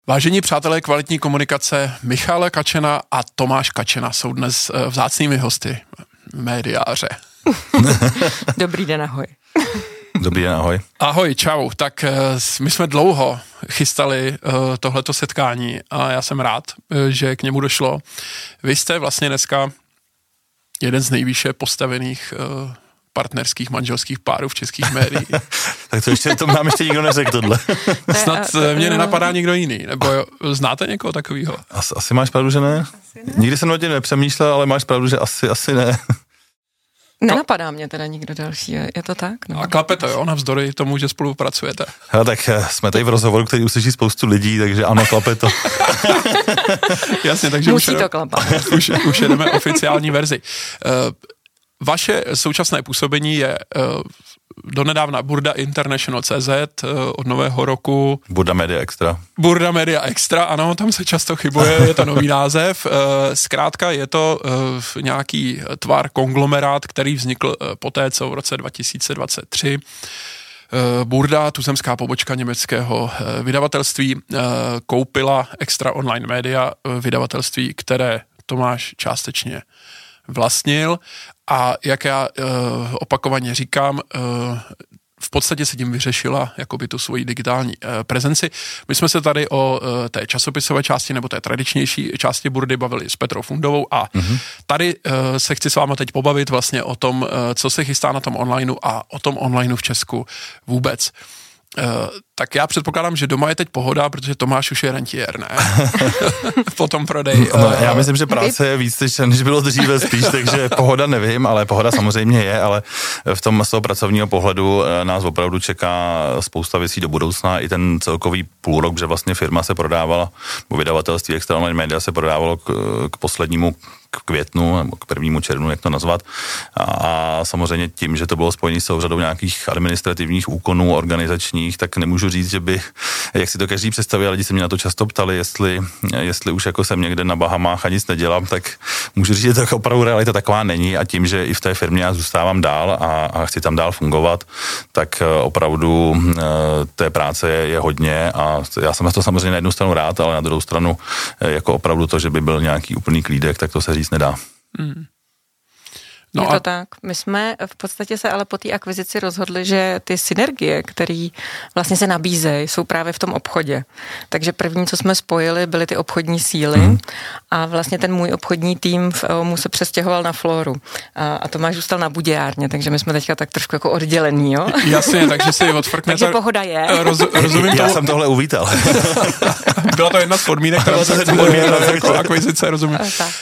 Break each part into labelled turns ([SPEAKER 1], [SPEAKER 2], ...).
[SPEAKER 1] Vážení přátelé kvalitní komunikace, Michal Kačena a Tomáš Kačena jsou dnes vzácnými hosty Médiáře.
[SPEAKER 2] Dobrý den, ahoj.
[SPEAKER 3] Dobrý den, ahoj.
[SPEAKER 1] Ahoj, čau. Tak my jsme dlouho chystali tohleto setkání a já jsem rád, že k němu došlo. Vy jste vlastně dneska jeden z nejvýše postavených partnerských manželských párů v českých médiích.
[SPEAKER 3] Tak to nám ještě nikdo neřekl tohle.
[SPEAKER 1] Snad mě nenapadá nikdo jiný, nebo znáte někoho takového?
[SPEAKER 3] Asi máš pravdu, že ne? Nikdy jsem o tím nepřemýšlel, ale máš pravdu, že asi ne.
[SPEAKER 2] Nenapadá mě teda nikdo další, je to tak? No.
[SPEAKER 1] A klape to, jo, navzdory tomu, že spolupracujete.
[SPEAKER 3] Hele, tak jsme tady v rozhovoru, který uslyší spoustu lidí, takže ano, klape to.
[SPEAKER 1] Jasně, takže
[SPEAKER 2] musí to klapat.
[SPEAKER 1] Už jedeme oficiální verzi. Vaše současné působení je donedávna Burda International.cz, od nového roku
[SPEAKER 3] Burda Media Extra.
[SPEAKER 1] Burda Media Extra, ano, tam se často chybuje, je to nový název. Zkrátka je to nějaký tvar konglomerát, který vznikl poté, co v roce 2023 Burda, tuzemská pobočka německého vydavatelství, koupila Extra Online Media, vydavatelství, které Tomáš částečně vlastnil, a jak já opakovaně říkám, v podstatě se tím vyřešila jakoby tu svoji digitální prezenci. My jsme se tady o té časopisové části nebo té tradičnější části Burdy bavili s Petrou Fundovou a tady se chci s váma teď pobavit vlastně o tom, co se chystá na tom onlineu a o tom onlineu v Česku vůbec. Tak já předpokládám, že doma je teď pohoda, protože Tomáš už je rentiér, ne? Po tom prodeji.
[SPEAKER 3] No, já myslím, že práce je víc, než bylo dříve spíš, takže pohoda nevím, ale pohoda samozřejmě je, ale z toho pracovního pohledu nás opravdu čeká spousta věcí do budoucna, i ten celkový půlrok, že vlastně firma se prodávala, vydavatelství Extra Online Media se prodávalo k poslednímu květnu nebo k 1. červnu, jak to nazvat. A samozřejmě tím, že to bylo spojené s řadou nějakých administrativních úkonů organizačních, tak nemůžu říct, že by, jak si to každý představí, a lidi se mě na to často ptali, jestli už jako jsem někde na Bahamách a nic nedělám, tak můžu říct, že to opravdu realita taková není, a tím, že i v té firmě já zůstávám dál a chci tam dál fungovat, tak opravdu té práce je hodně a já jsem na to samozřejmě na jednu stranu rád, ale na druhou stranu jako opravdu to, že by byl nějaký úplný klídek, tak to se říct nedá.
[SPEAKER 2] No je to tak. My jsme v podstatě se ale po té akvizici rozhodli, že ty synergie, které vlastně se nabízejí, jsou právě v tom obchodě. Takže první, co jsme spojili, byly ty obchodní síly a vlastně ten můj obchodní tým mu se přestěhoval na Floru a Tomáš zůstal na Budějárně, takže my jsme teďka tak trošku jako oddělení, jo?
[SPEAKER 1] Jasně, takže si odfrknete.
[SPEAKER 2] Takže pohoda je.
[SPEAKER 1] Rozumím
[SPEAKER 3] já jsem tohle uvítal.
[SPEAKER 1] Byla to jedna z podmínek, která se jako akvizice, rozumím.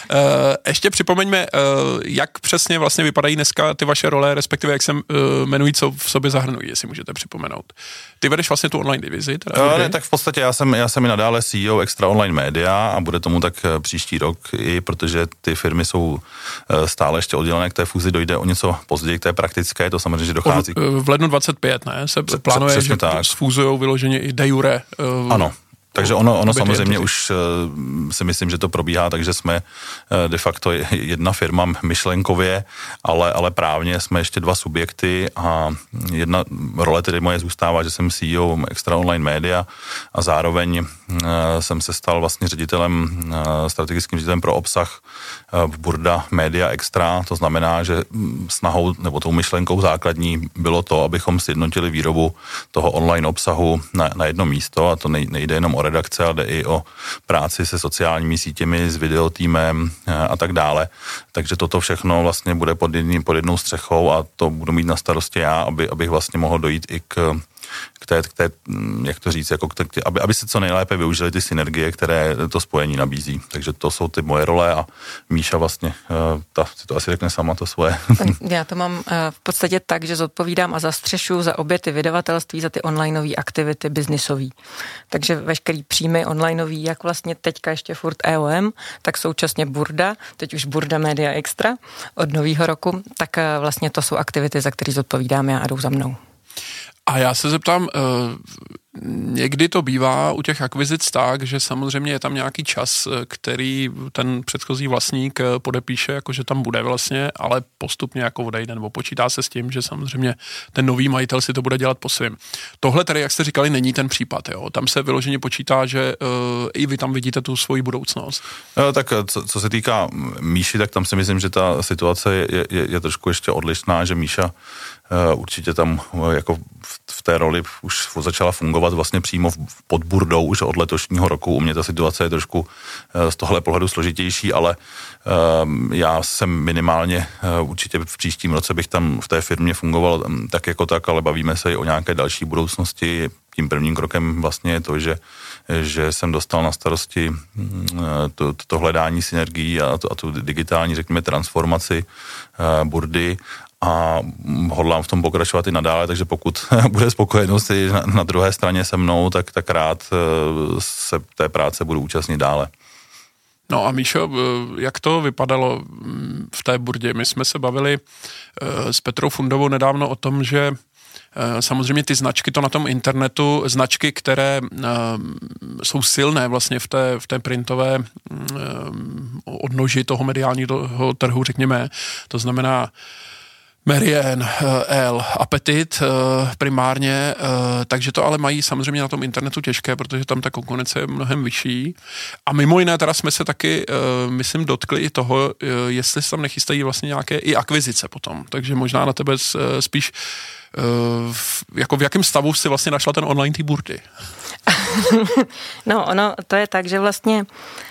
[SPEAKER 1] Ještě připomeňme, jak přesně vlastně vypadají dneska ty vaše role, respektive jak se jmenují, co v sobě zahrnují, jestli můžete připomenout. Ty vedeš vlastně tu online divizi?
[SPEAKER 3] Ne, tak v podstatě já jsem i nadále CEO Extra Online Media a bude tomu tak příští rok, i protože ty firmy jsou stále ještě oddělené, k té fúzi dojde o něco později, k té praktické, to samozřejmě, že dochází.
[SPEAKER 1] V lednu 25, ne? Se plánuje, že sfúzujou vyloženě i de jure.
[SPEAKER 3] Ano. Takže ono samozřejmě už si myslím, že to probíhá, takže jsme de facto jedna firma myšlenkově, ale právně jsme ještě dva subjekty a jedna role tedy moje zůstává, že jsem CEO Extra Online Media a zároveň jsem se stal vlastně strategickým ředitelem pro obsah v Burda Media Extra, to znamená, že snahou nebo tou myšlenkou základní bylo to, abychom sjednotili výrobu toho online obsahu na jedno místo, a to nejde jenom o redakce, ale jde i o práci se sociálními sítěmi, s videotýmem a tak dále. Takže toto všechno vlastně bude pod jednou střechou a to budu mít na starosti já, abych vlastně mohl dojít i k té, jak to říct, jako aby se co nejlépe využili ty synergie, které to spojení nabízí. Takže to jsou ty moje role a Míša vlastně, si to asi řekne sama to svoje.
[SPEAKER 2] Já to mám v podstatě tak, že zodpovídám a zastřešuju za obě ty vydavatelství, za ty onlineové aktivity biznisový. Takže veškerý příjmy onlineový, jak vlastně teďka ještě furt EOM, tak současně Burda, teď už Burda Media Extra od nového roku, tak vlastně to jsou aktivity, za které zodpovídám já a jdou za mnou.
[SPEAKER 1] A já se zeptám, někdy to bývá u těch akvizic tak, že samozřejmě je tam nějaký čas, který ten předchozí vlastník podepíše, jakože tam bude vlastně, ale postupně jako odejde, nebo počítá se s tím, že samozřejmě ten nový majitel si to bude dělat po svým. Tohle tady, jak jste říkali, není ten případ, jo? Tam se vyloženě počítá, že i vy tam vidíte tu svoji budoucnost.
[SPEAKER 3] No, tak co se týká Míši, tak tam si myslím, že ta situace je trošku ještě odlišná, že Míša určitě tam jako v té roli už začala fungovat vlastně přímo pod Burdou už od letošního roku. U mě ta situace je trošku z tohle pohledu složitější, ale já jsem minimálně určitě v příštím roce bych tam v té firmě fungoval tak jako tak, ale bavíme se i o nějaké další budoucnosti. Tím prvním krokem vlastně je to, že jsem dostal na starosti to hledání synergií a tu digitální, řekněme, transformaci Burdy a hodlám v tom pokračovat i nadále, takže pokud bude spokojenost i na druhé straně se mnou, tak rád se té práce budu účastnit dále.
[SPEAKER 1] No a Míšo, jak to vypadalo v té Burdě? My jsme se bavili s Petrou Fundovou nedávno o tom, že samozřejmě ty značky to na tom internetu, značky, které jsou silné vlastně v té printové odnoži toho mediálního trhu, řekněme, to znamená Merian, L, Appetit primárně, takže to ale mají samozřejmě na tom internetu těžké, protože tam ta konkurence je mnohem vyšší. A mimo jiné teda jsme se taky, myslím, dotkli i toho, jestli se tam nechystají vlastně nějaké i akvizice potom. Takže možná na tebe spíš jako v jakém stavu si vlastně našla ten online té Burdy?
[SPEAKER 2] No, ono to je tak, že vlastně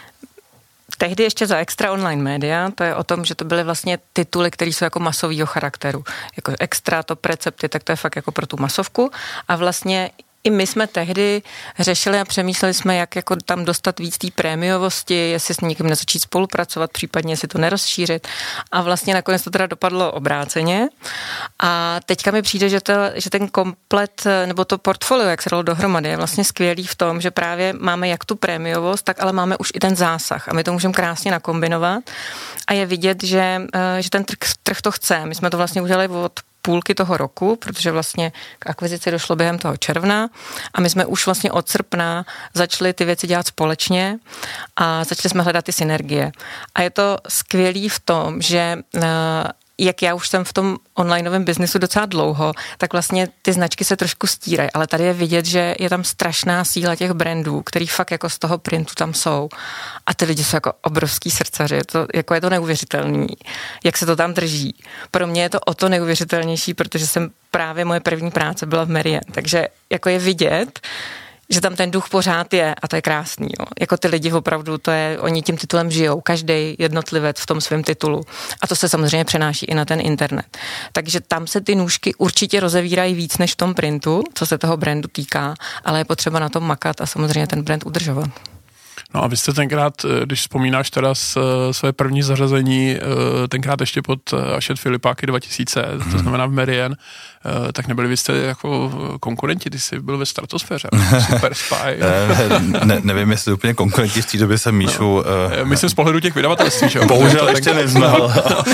[SPEAKER 2] tehdy ještě za Extra online média, to je o tom, že to byly vlastně tituly, které jsou jako masovýho charakteru. Jako Extra, Top recepty, tak to je fakt jako pro tu masovku. A vlastně i my jsme tehdy řešili a přemýšleli jsme, jak jako tam dostat víc té prémiovosti, jestli s někým nezačít spolupracovat, případně jestli to nerozšířit. A vlastně nakonec to teda dopadlo obráceně. A teďka mi přijde, že ten komplet, nebo to portfolio, jak se dalo dohromady, je vlastně skvělý v tom, že právě máme jak tu prémiovost, tak ale máme už i ten zásah. A my to můžeme krásně nakombinovat. A je vidět, že ten trh to chce. My jsme to vlastně udělali od půlky toho roku, protože vlastně k akvizici došlo během toho června a my jsme už vlastně od srpna začali ty věci dělat společně a začali jsme hledat ty synergie. A je to skvělý v tom, že jak já už jsem v tom onlineovém biznesu docela dlouho, tak vlastně ty značky se trošku stírají, ale tady je vidět, že je tam strašná síla těch brandů, který fakt jako z toho printu tam jsou. A ty lidi jsou jako obrovský srdcaři, je to neuvěřitelný, jak se to tam drží. Pro mě je to o to neuvěřitelnější, protože právě moje první práce byla v Merian, takže jako je vidět, že tam ten duch pořád je a to je krásný. Jo. Jako ty lidi opravdu, oni tím titulem žijou, každý jednotlivec v tom svém titulu. A to se samozřejmě přenáší i na ten internet. Takže tam se ty nůžky určitě rozevírají víc než v tom printu, co se toho brandu týká, ale je potřeba na tom makat a samozřejmě ten brand udržovat.
[SPEAKER 1] No a vy jste tenkrát, když vzpomínáš teda své první zařazení, tenkrát ještě pod Hachette Filipáky 2000, to znamená v Merian, tak nebyli vy jste jako konkurenti, ty jsi byl ve stratosféře, Super Spy.
[SPEAKER 3] Nevím, jestli úplně konkurenti, v té době jsem Míšu...
[SPEAKER 1] Myslím z pohledu těch vydavatelství, že jo?
[SPEAKER 3] Bohužel ještě neznal.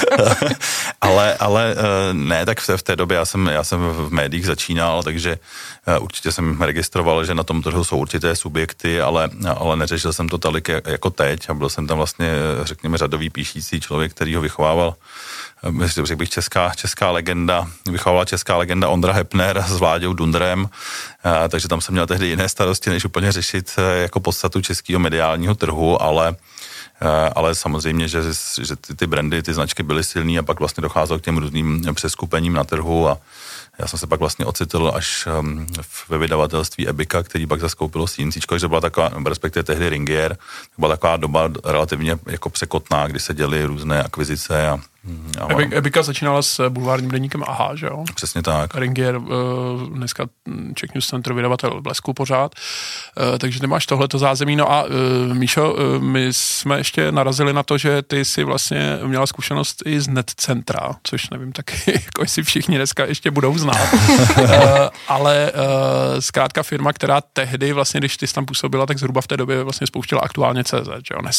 [SPEAKER 3] ale ne, tak v té době já jsem v médiích začínal, takže určitě jsem registroval, že na tom trhu jsou určité subjekty, ale neřešil jsem to tolik jako teď a byl jsem tam vlastně, řekněme, řadový píšící člověk, který ho vychovával, řekl bych, česká legenda, vychovala česká legenda Ondra Hepner s Vláďou Dundrem, takže tam jsem měl tehdy jiné starosti, než úplně řešit jako podstatu českého mediálního trhu, ale samozřejmě, že ty brandy, ty značky byly silný a pak vlastně docházelo k těm různým přeskupením na trhu a já jsem se pak vlastně ocitl až ve vydavatelství Ebika, který pak zaskoupilo CNCčko, že byla taková, respektive tehdy Ringier, byla taková doba relativně jako překotná, kdy se děly různé akvizice a
[SPEAKER 1] Ebika začínala s bulvárním deníkem AHA, že jo?
[SPEAKER 3] Přesně tak.
[SPEAKER 1] Ringier, dneska Czech News Center, vydavatel Blesku pořád, takže nemáš tohleto zázemí. No a Míšo, my jsme ještě narazili na to, že ty si vlastně měla zkušenost i z NetCentra, což nevím taky, jako jestli všichni dneska ještě budou znát, ale zkrátka firma, která tehdy vlastně, když ty jsi tam působila, tak zhruba v té době vlastně spouštila Aktuálně CZ, že jo? Dneska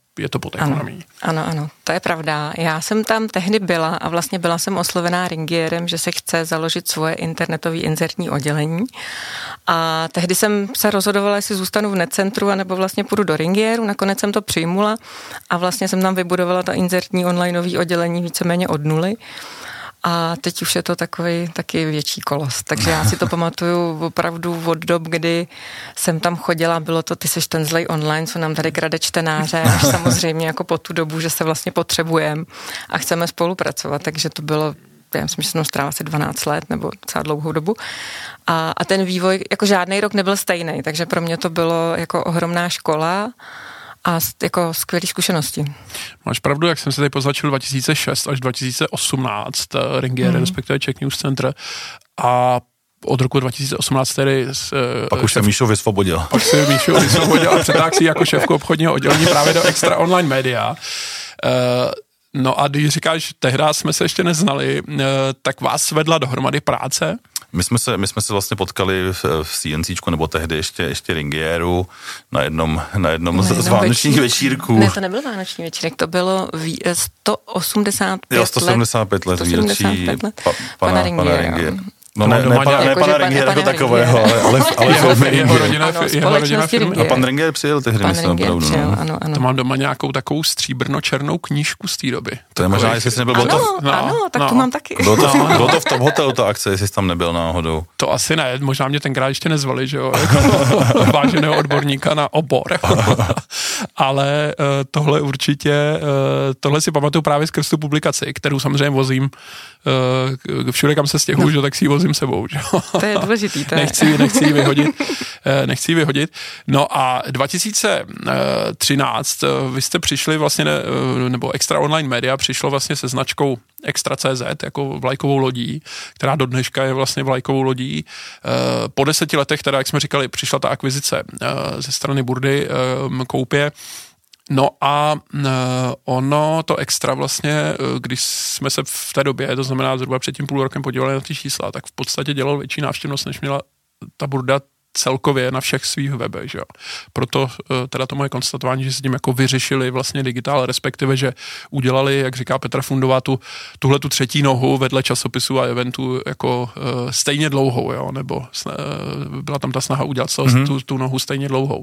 [SPEAKER 1] je to pod ekonomií.
[SPEAKER 2] Ano, to je pravda. Já jsem tam tehdy byla a vlastně byla jsem oslovená Ringierem, že se chce založit svoje internetové inzertní oddělení. A tehdy jsem se rozhodovala, jestli zůstanu v NetCentru, anebo vlastně půjdu do Ringieru. Nakonec jsem to přijmula a vlastně jsem tam vybudovala ta inzertní onlineové oddělení víceméně od nuly. A teď už je to takový taky větší kolos. Takže já si to pamatuju opravdu od dob, kdy jsem tam chodila, bylo to, ty seš ten zlej online, co nám tady krade čtenáře, až samozřejmě jako po tu dobu, že se vlastně potřebujeme a chceme spolupracovat. Takže to bylo, já myslím, že jsem strávila asi 12 let nebo docela dlouhou dobu. A ten vývoj, jako žádný rok nebyl stejný, takže pro mě to bylo jako ohromná škola a jako skvělé zkušenosti.
[SPEAKER 1] Máš pravdu, jak jsem se tady pozvačil 2006 až 2018 Ringier, respektive Czech News Center a od roku 2018 tedy...
[SPEAKER 3] Pak už se Míšo vysvobodil.
[SPEAKER 1] Pak se Míšo vysvobodil a přetáhl si jako šéfku obchodního oddělení právě do Extra Online Media. No a když říkáš, tehdy jsme se ještě neznali, tak vás vedla dohromady práce?
[SPEAKER 3] My jsme se vlastně potkali v CNCčku, nebo tehdy ještě Ringieru na jednom z vánočních večírků.
[SPEAKER 2] Ne, to nebyl vánoční večírek, to bylo 185
[SPEAKER 3] let výročí pana Ringiera. No
[SPEAKER 1] ne
[SPEAKER 3] pana Ringiera jako takového, ale
[SPEAKER 1] jeho rodina firmy.
[SPEAKER 3] A pan Ringier přijel tehdy, myslím, opravdu.
[SPEAKER 2] Ano.
[SPEAKER 1] To mám doma nějakou takovou stříbrno-černou knížku z té doby.
[SPEAKER 3] To je možná, jestli jsi nebyl...
[SPEAKER 2] Ano, tak to mám taky.
[SPEAKER 3] Bylo to v Top Hotelu, ta akce, jestli jsi tam nebyl náhodou.
[SPEAKER 1] To asi ne, možná mě tenkrát ještě nezvali, že jo, jako váženého odborníka na obor. Ale tohle určitě, tohle si pamatuju právě skrz tu publikaci, kterou samozřejmě vozím všude, kam se stěhuju, že tak si ji vozím sebou. Že?
[SPEAKER 2] To je důležitý.
[SPEAKER 1] Nechci ji vyhodit. No a 2013 vy jste přišli vlastně, nebo Extra Online Media přišlo vlastně se značkou Extra.cz jako vlajkovou lodí, která do dneška je vlastně vlajkovou lodí. Po 10 letech, teda, jak jsme říkali, přišla ta akvizice ze strany Burdy Koupě. No a ono to Extra vlastně, když jsme se v té době, to znamená zhruba před tím půl rokem podívali na ty čísla, tak v podstatě dělal větší návštěvnost, než měla ta Burda celkově na všech svých webech, že jo. Proto teda to moje konstatování, že si tím jako vyřešili vlastně digitál, respektive, že udělali, jak říká Petra Fundová, tuhle tu třetí nohu vedle časopisů a eventů jako stejně dlouhou, jo, nebo byla tam ta snaha udělat tu nohu stejně dlouhou.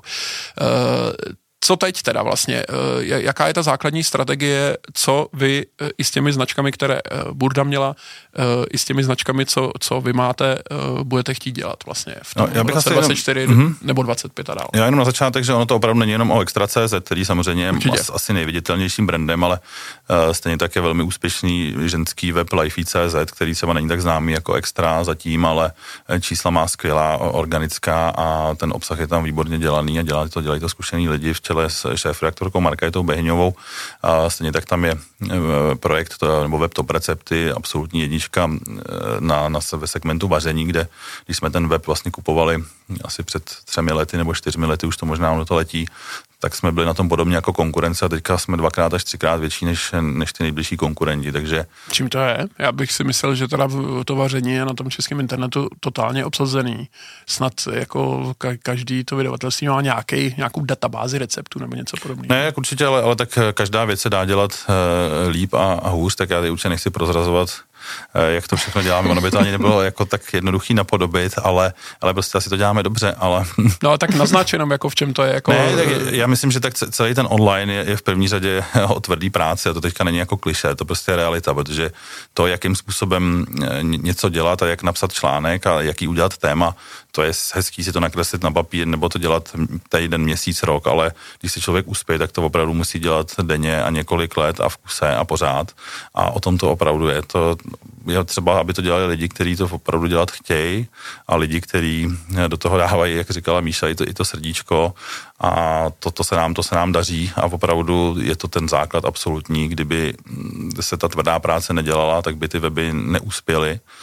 [SPEAKER 1] Co teď teda vlastně? Jaká je ta základní strategie, co vy i s těmi značkami, které Burda měla, i s těmi značkami, co vy máte, budete chtít dělat vlastně v tom roce 24 nebo 25 a dál?
[SPEAKER 3] Já jenom na začátek, že ono to opravdu není jenom o Extra.cz, který samozřejmě je asi nejviditelnějším brandem, ale stejně tak je velmi úspěšný ženský web Lifey.cz, který třeba není tak známý jako Extra zatím, ale čísla má skvělá, organická a ten obsah je tam výborně dělaný a dělají to zkušený lidi v čele s šéfredaktorkou Markétou Behňovou. A stejně tak tam je projekt nebo web Top Recepty, absolutní jednička ve segmentu vaření, kde když jsme ten web vlastně kupovali asi před 3 lety nebo 4 lety, už to možná ono to letí, tak jsme byli na tom podobně jako konkurence a teďka jsme 2x až 3x větší než ty nejbližší konkurenti, takže... Čím
[SPEAKER 1] to je? Já bych si myslel, že teda to vaření je na tom českém internetu totálně obsazený. Snad jako každý to vydavatelství má nějakou databázi receptů nebo něco podobného.
[SPEAKER 3] Ne, jak určitě, ale tak každá věc se dá dělat líp a hůř, tak já tady určitě nechci prozrazovat, jak to všechno děláme. Ono by to ani nebylo jako tak jednoduchý napodobit, ale prostě asi to děláme dobře, ale...
[SPEAKER 1] No tak naznačenom, jako v čem to je. Jako...
[SPEAKER 3] Ne, tak já myslím, že tak celý ten online je v první řadě o tvrdý práci a to teďka není jako klišé, to prostě je realita, protože to, jakým způsobem něco dělat a jak napsat článek a jaký udělat téma, to je hezký si to nakreslit na papír nebo to dělat týden, měsíc, rok, ale když si člověk uspěje, tak to opravdu musí dělat denně a několik let a v kuse a pořád a o tom to opravdu je. To je třeba, aby to dělali lidi, kteří to opravdu dělat chtějí a lidi, kteří do toho dávají, jak říkala Míša, i to srdíčko a to se nám daří a opravdu je to ten základ absolutní. Kdyby se ta tvrdá práce nedělala, tak by ty weby neuspěly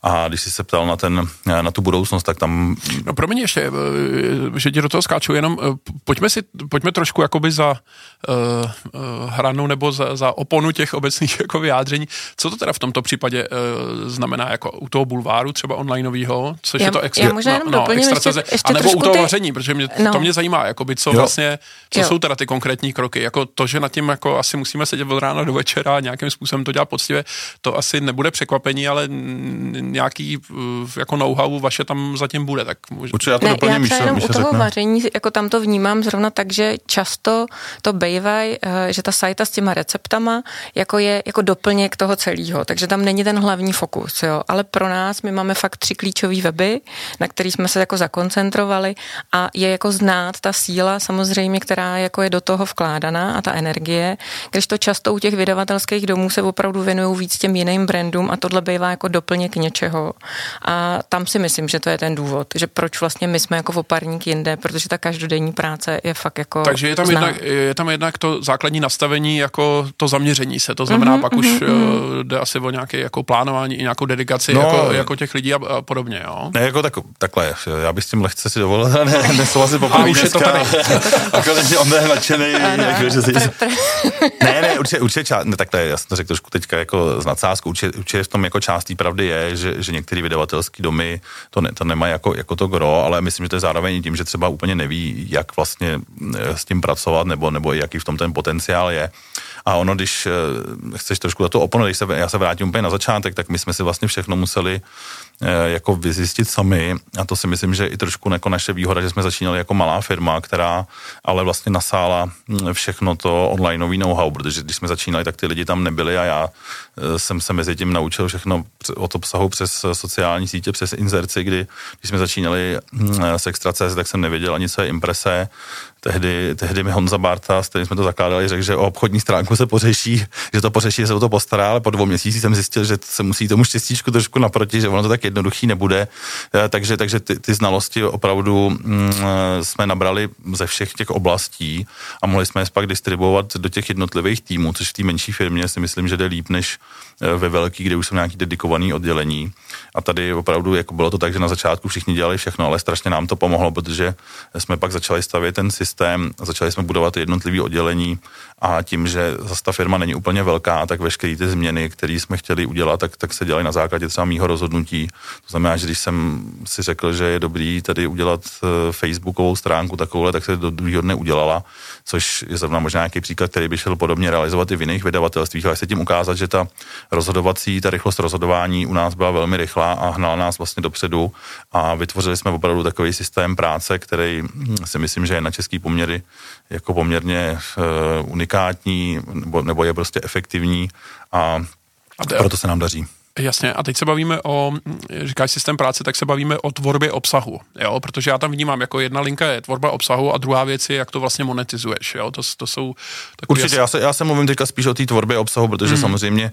[SPEAKER 3] A když jsi se ptal na tu budoucnost, tak tam...
[SPEAKER 1] No promiň ještě, že ti do toho skáču, jenom pojďme trošku jakoby za hranu nebo za oponu těch obecných jako vyjádření. Co to teda v tomto případě znamená jako u toho bulváru třeba onlineovýho, což je to extra, a nebo u toho vaření, protože to mě zajímá, jakoby, co vlastně, co jsou teda ty konkrétní kroky, jako to, že nad tím jako asi musíme sedět od rána do večera a nějakým způsobem to dělat poctivě, to asi nebude překvapení, ale nějaký jako know-how vaše tam zatím bude, tak
[SPEAKER 3] určitě já to doplním,
[SPEAKER 2] Míša jenom u toho vaření, jako tam to vnímám zrovna tak, že často to bejvaj, že ta sajta s těma receptama jako je jako doplněk toho celého, takže tam není ten hlavní fokus, jo, ale pro nás my máme fakt 3 klíčové weby, na který jsme se jako zakoncentrovali a je jako znát ta síla samozřejmě, která jako je do toho vkládaná a ta energie, když to často u těch vydavatelských domů se opravdu věnují víc těm jiným brandům a tohle bývá jako doplněk něčeho. A tam si myslím, že to je ten důvod, že proč vlastně my jsme jako oparník jinde, protože ta každodenní práce je fakt jako
[SPEAKER 1] takže je tam jednak to základní nastavení jako to zaměření se, to znamená pak už jde asi o nějaké jako plánování i nějakou dedikaci jako těch lidí a podobně, jo?
[SPEAKER 3] Ne, jako takhle, já bych s tím lehce si dovolil, nesouhlasit poprvé dneska. On je nadšený. Ne, určitě takhle, já jsem to řekl trošku teďka jako z nadsázku, určitě v tom jako část té pravdy je, že některé vydavatelské domy to nemají jako to gro, ale myslím, že to je zároveň tím, že třeba úplně neví, jak vlastně s tím pracovat, nebo jaký v tom ten potenciál je. A ono, když chceš trošku na to oponu, já se vrátím úplně na začátek, tak my jsme si vlastně všechno museli jako vyzjistit sami a to si myslím, že i trošku jako naše výhoda, že jsme začínali jako malá firma, která ale vlastně nasála všechno to onlineový know-how, protože když jsme začínali, tak ty lidi tam nebyli a já jsem se mezi tím naučil všechno od obsahu přes sociální sítě, přes inzerci, když jsme začínali s Extra.cz, tak jsem nevěděl ani co je imprese. Tehdy mi Honza Barta, s kterým jsme to zakládali, řekl, že o obchodní stránku se pořeší, že se o to postará, ale po 2 měsících jsem zjistil, že se musí tomu štěstíčku trošku naproti, že ono to tak jednoduchý nebude. Takže ty znalosti opravdu jsme nabrali ze všech těch oblastí a mohli jsme je pak distribuovat do těch jednotlivých týmů, což v té menší firmě si myslím, že jde líp než ve velký, kde už jsou nějaký dedikovaný oddělení. A tady opravdu jako bylo to tak, že na začátku všichni dělali všechno, ale strašně nám to pomohlo, protože jsme pak začali stavět ten systém, začali jsme budovat jednotlivý oddělení a tím, že zase ta firma není úplně velká, tak veškeré ty změny, které jsme chtěli udělat, tak se dělaly na základě třeba mýho rozhodnutí. To znamená, že když jsem si řekl, že je dobrý tady udělat facebookovou stránku takovouhle, tak se do druhého dne udělala, což je zrovna možná nějaký příklad, který by šel podobně realizovat i v jiných vydavatelstvích, ale se tím ukázat, že ta rychlost rozhodování u nás byla velmi rychlá a hnala nás vlastně dopředu a vytvořili jsme opravdu takový systém práce, který si myslím, že je na český poměry jako poměrně unikátní nebo je prostě efektivní a proto se nám daří.
[SPEAKER 1] Jasně, a teď se bavíme říkáš systém práce, tak se bavíme o tvorbě obsahu, jo, protože já tam vnímám, jako jedna linka je tvorba obsahu a druhá věc je, jak to vlastně monetizuješ, jo, to jsou takový...
[SPEAKER 3] Určitě, já se mluvím teďka spíš o té tvorbě obsahu, protože samozřejmě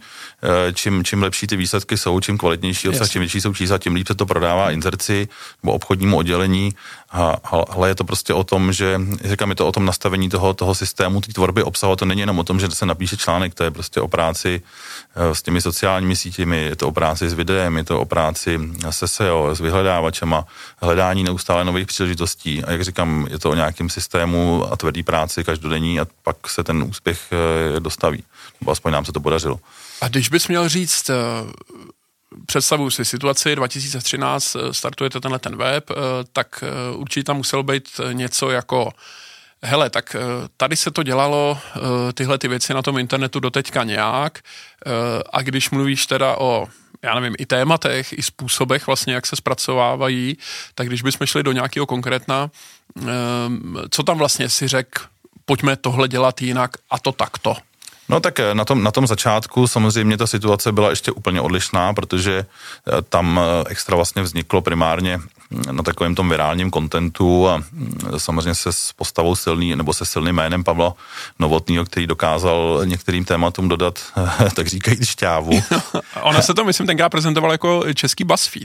[SPEAKER 3] čím lepší ty výsledky jsou, čím kvalitnější obsah, čím větší jsou čísla, tím líp se to prodává inzerci nebo obchodnímu oddělení, ale je to prostě o tom, že říkám, je to o tom nastavení toho systému, té tvorby obsahu, to není jenom o tom, že se napíše článek, to je prostě o práci s těmi sociálními sítěmi, je to o práci s videem, je to o práci se SEO, s vyhledávačema, hledání neustále nových příležitostí a jak říkám, je to o nějakém systému a tvrdý práci každodenní a pak se ten úspěch dostaví, nebo aspoň nám se to podařilo.
[SPEAKER 1] A když bys měl říct, představuji si situaci, 2013 startujete ten web, tak určitě tam muselo být něco jako hele, tak tady se to dělalo, tyhle ty věci na tom internetu doteďka nějak a když mluvíš teda o, já nevím, i tématech, i způsobech vlastně, jak se zpracovávají, tak když bychom šli do nějakého konkrétna, co tam vlastně si řekl, pojďme tohle dělat jinak a to takto.
[SPEAKER 3] No tak na tom začátku samozřejmě ta situace byla ještě úplně odlišná, protože tam Extra vlastně vzniklo primárně na takovém tom virálním kontentu a samozřejmě se s postavou silný, nebo se silným jménem Pavla Novotnýho, který dokázal některým tématům dodat, tak říkají, šťávu.
[SPEAKER 1] Ona se to, myslím, tenkrát prezentovala jako český BuzzFeed.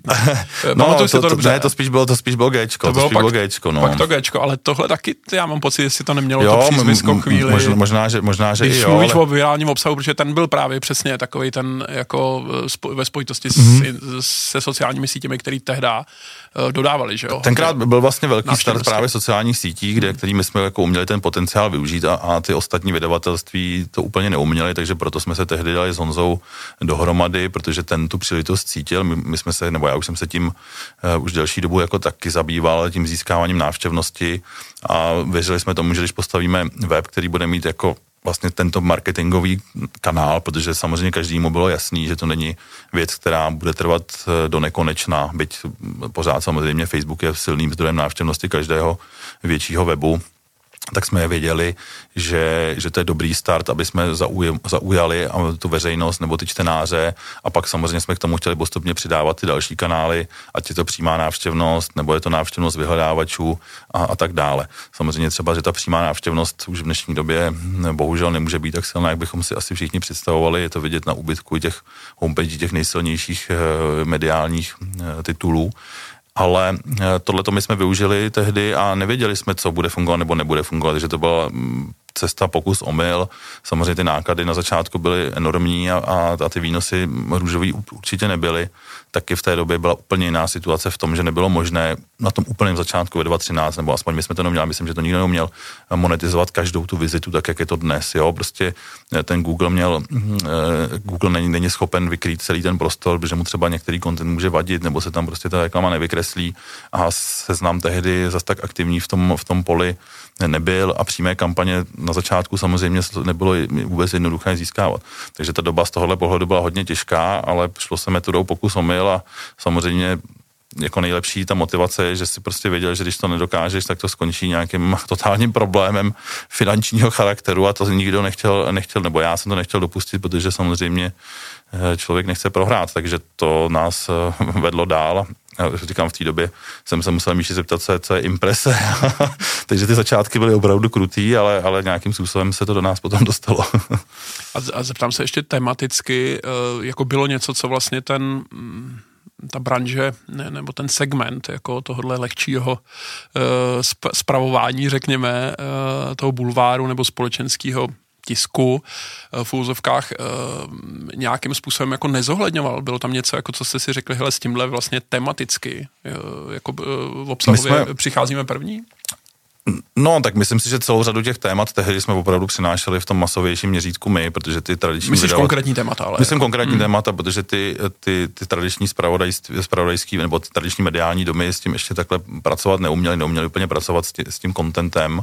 [SPEAKER 3] To spíš bylo Géčko.
[SPEAKER 1] Pak to Géčko, ale tohle taky, já mám pocit, jestli to nemělo to přízvisko chvíli.
[SPEAKER 3] Možná, že
[SPEAKER 1] když
[SPEAKER 3] i jo.
[SPEAKER 1] Když mluvíš o virálním obsahu, protože ten byl právě přesně takový ten jako ve spojitosti se sociálními sítěmi, který tehda dodávali, že jo?
[SPEAKER 3] Tenkrát byl vlastně velký start právě sociálních sítí, který my jsme jako uměli ten potenciál využít a ty ostatní vydavatelství to úplně neuměli, takže proto jsme se tehdy dali s Honzou dohromady, protože ten tu příležitost cítil, my jsme se, nebo já už jsem se tím už delší dobu jako taky zabýval, tím získáváním návštěvnosti a věřili jsme tomu, že když postavíme web, který bude mít jako vlastně tento marketingový kanál, protože samozřejmě každému bylo jasný, že to není věc, která bude trvat do nekonečna, byť pořád samozřejmě Facebook je silným zdrojem návštěvnosti každého většího webu, tak jsme věděli, že to je dobrý start, aby jsme zaujali tu veřejnost nebo ty čtenáře a pak samozřejmě jsme k tomu chtěli postupně přidávat ty další kanály, ať je to přímá návštěvnost, nebo je to návštěvnost vyhledávačů a tak dále. Samozřejmě třeba, že ta přímá návštěvnost už v dnešní době bohužel nemůže být tak silná, jak bychom si asi všichni představovali, je to vidět na úbytku těch homepage, těch nejsilnějších mediálních titulů. Ale tohleto my jsme využili tehdy a nevěděli jsme, co bude fungovat nebo nebude fungovat, takže to byla cesta, pokus, omyl. Samozřejmě ty náklady na začátku byly enormní a ty výnosy růžový určitě nebyly. Taky v té době byla úplně jiná situace v tom, že nebylo možné na tom úplném začátku ve 2013, nebo aspoň my jsme to neuměli, myslím, že to nikdo neuměl monetizovat každou tu vizitu tak, jak je to dnes. Jo? Prostě ten Google není schopen vykrýt celý ten prostor, protože mu třeba některý content může vadit, nebo se tam prostě ta reklama nevykreslí a Seznam tehdy zas tak aktivní v tom poli nebyl a přímé kampaně na začátku samozřejmě nebylo vůbec jednoduché získávat. Takže ta doba z tohohle pohledu byla hodně těžká, ale šlo se metodou pokus omyl a samozřejmě jako nejlepší ta motivace je, že si prostě věděl, že když to nedokážeš, tak to skončí nějakým totálním problémem finančního charakteru a to nikdo nechtěl, nebo já jsem to nechtěl dopustit, protože samozřejmě člověk nechce prohrát, takže to nás vedlo dál. Já říkám, v té době jsem se musel Míši zeptat, co je imprese. Takže ty začátky byly opravdu krutý, ale nějakým způsobem se to do nás potom dostalo.
[SPEAKER 1] A zeptám se ještě tematicky, jako bylo něco, co vlastně ta branže nebo ten segment jako tohohle lehčího spravování, řekněme, toho bulváru nebo společenského tisku v úzovkách nějakým způsobem jako nezohledňoval. Bylo tam něco, jako co jste si řekli, hele, s tímhle vlastně tematicky jako obsahově přicházíme první?
[SPEAKER 3] No, tak myslím si, že celou řadu těch témat tehdy jsme opravdu přinášeli v tom masovějším měřítku my, protože ty tradiční...
[SPEAKER 1] Myslíš konkrétní témata, ale...
[SPEAKER 3] Myslím konkrétní témata, protože ty tradiční zpravodajský nebo ty tradiční mediální domy s tím ještě takhle pracovat neuměli úplně pracovat s tím contentem.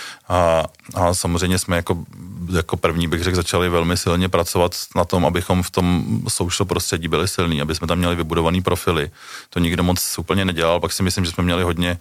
[SPEAKER 3] A samozřejmě jsme jako první, bych řekl, začali velmi silně pracovat na tom, abychom v tom social prostředí byli silní, aby jsme tam měli vybudovaný profily. To nikdo moc úplně nedělal, pak si myslím, že jsme měli hodně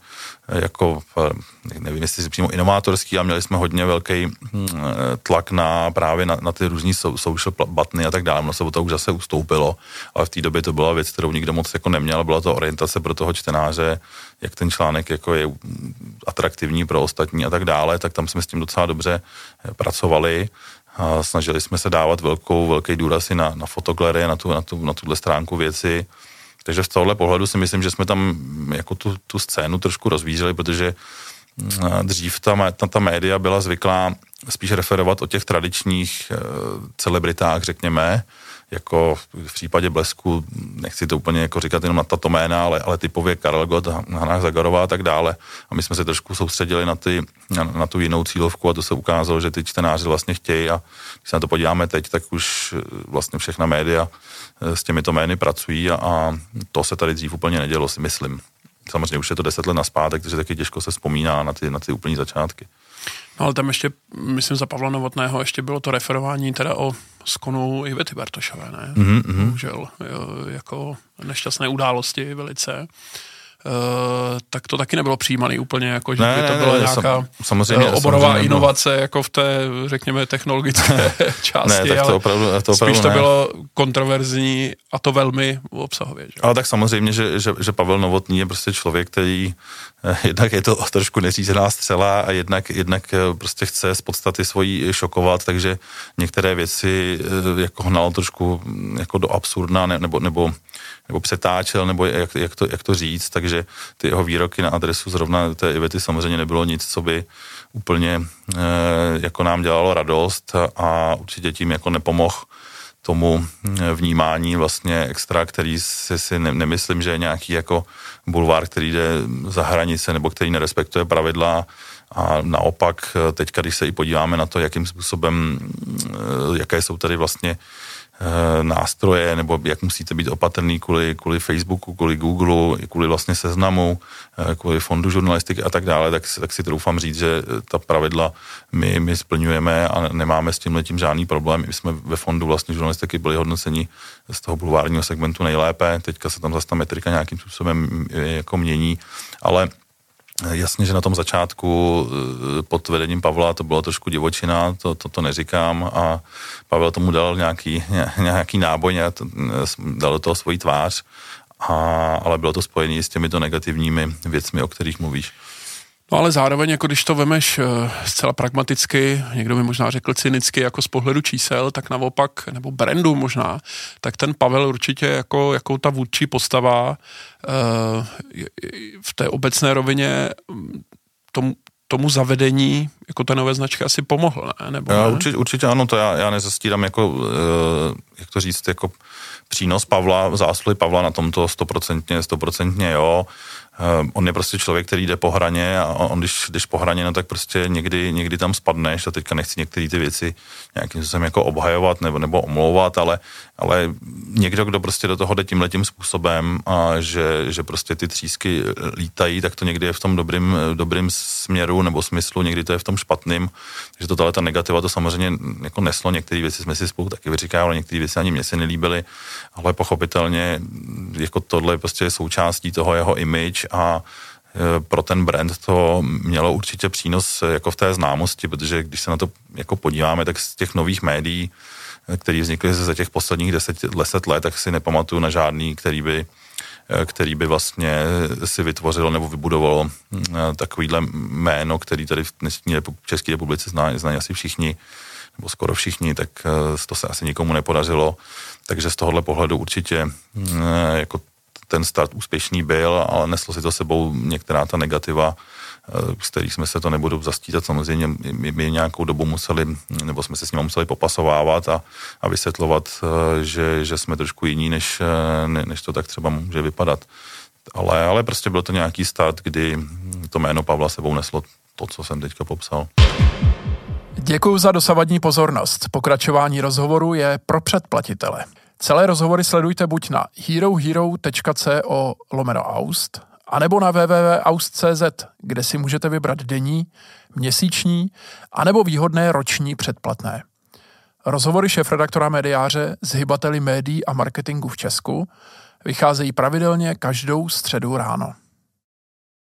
[SPEAKER 3] nevím, jestli přímo inovátorský, a měli jsme hodně velký tlak právě na ty různý social buttony a tak dále. No se to už zase ustoupilo, ale v té době to byla věc, kterou nikdo moc jako neměl, byla to orientace pro toho čtenáře, jak ten článek jako je atraktivní pro ostatní a tak dále, tak tam jsme s tím docela dobře pracovali. A snažili jsme se dávat velký důraz i na fotogalerie, na tuhle stránku věci. Takže z tohohle pohledu si myslím, že jsme tam jako tu scénu trošku rozvířili, protože dřív ta média byla zvyklá spíš referovat o těch tradičních celebritách, řekněme, jako v případě Blesku, nechci to úplně jako říkat jenom na tato jména, ale typově Karel Gott, Hana Zagarová a tak dále. A my jsme se trošku soustředili na tu jinou cílovku a to se ukázalo, že ty čtenáři vlastně chtějí a když se na to podíváme teď, tak už vlastně všechna média s těmito jmény pracují a to se tady dřív úplně nedělo, si myslím. Samozřejmě už je to 10 let nazpátek, takže taky těžko se vzpomíná na ty úplný začátky.
[SPEAKER 1] No ale tam ještě, myslím, za Pavla Novotného ještě bylo to referování teda o skonu Ivety Bartošové, ne? Bohužel, jako nešťastné události velice. tak to taky nebylo přijímaný úplně, jako, že by to byla nějaká oborová inovace, jako v té, řekněme, technologické části,
[SPEAKER 3] ne, tak to opravdu,
[SPEAKER 1] spíš to bylo kontroverzní a to velmi obsahově. Že?
[SPEAKER 3] Ale tak samozřejmě, že Pavel Novotný je prostě člověk, který jednak je to trošku neřízená střela a jednak prostě chce z podstaty svojí šokovat, takže některé věci jako hnal trošku jako do absurdna nebo přetáčel, nebo jak to říct, takže ty jeho výroky na adresu zrovna té Ivety samozřejmě nebylo nic, co by úplně jako nám dělalo radost a určitě tím jako nepomohl tomu vnímání vlastně extra, který si nemyslím, že je nějaký jako bulvár, který jde za hranice nebo který nerespektuje pravidla a naopak teďka, když se i podíváme na to, jakým způsobem, jaké jsou tady vlastně nástroje, nebo jak musíte být opatrný kvůli Facebooku, kvůli Google, kvůli vlastně Seznamu, kvůli fondu žurnalistiky a tak dále, tak si troufám říct, že ta pravidla my splňujeme a nemáme s tímhletím žádný problém. My jsme ve fondu vlastně žurnalistiky byli hodnoceni z toho bulvárního segmentu nejlépe, teďka se tam zase ta metrika nějakým způsobem jako mění, ale jasně, že na tom začátku pod vedením Pavla to bylo trošku divočina, to neříkám a Pavel tomu dal nějaký náboj, dal do toho svoji tvář, ale bylo to spojené s těmito negativními věcmi, o kterých mluvíš.
[SPEAKER 1] No ale zároveň, jako když to vemeš zcela pragmaticky, někdo by možná řekl cynicky, jako z pohledu čísel, tak naopak, nebo brandu možná, tak ten Pavel určitě jako ta vůdčí postava v té obecné rovině tomu zavedení jako té nové značky asi pomohl, ne? Nebo ne?
[SPEAKER 3] Určitě ano, to já nezastírám jako, jak to říct, jako přínos Pavla, zásluhy Pavla na tomto 100% jo. On je prostě člověk, který jde po hraně a on, když jdeš po hraně, no tak prostě někdy tam spadneš a teďka nechci některé ty věci nějakým způsobem jako obhajovat nebo omlouvat, ale někdo, kdo prostě do toho jde tímhletím způsobem a že prostě ty třísky lítají, tak to někdy je v tom dobrým směru nebo smyslu, někdy to je v tom špatným, takže to ta negativa to samozřejmě jako neslo, některé věci jsme si spolu taky vyříkávali, některé věci ani mě se nelíbily, ale pochopitelně jako tohle je prostě součástí toho jeho image a pro ten brand to mělo určitě přínos jako v té známosti, protože když se na to jako podíváme, tak z těch nových médií, které vznikly za těch posledních 10 let, tak si nepamatuju na žádný, který by vlastně si vytvořilo nebo vybudovalo takovýhle jméno, který tady v České republice znají asi všichni, nebo skoro všichni, tak to se asi nikomu nepodařilo. Takže z tohohle pohledu určitě jako ten start úspěšný byl, ale neslo si to sebou některá ta negativa, z kterých jsme se to nebudu zastítat. Samozřejmě my nějakou dobu museli, nebo jsme se s nimi museli popasovávat a vysvětlovat, že jsme trošku jiní, než to tak třeba může vypadat. Ale prostě byl to nějaký start, kdy to jméno Pavla sebou neslo to, co jsem teďka popsal.
[SPEAKER 1] Děkuji za dosavadní pozornost. Pokračování rozhovoru je pro předplatitele. Celé rozhovory sledujte buď na herohero.co/aust, anebo na www.aust.cz, kde si můžete vybrat denní, měsíční, anebo výhodné roční předplatné. Rozhovory šéfredaktora Mediáře s hybateli médií a marketingu v Česku vycházejí pravidelně každou středu ráno.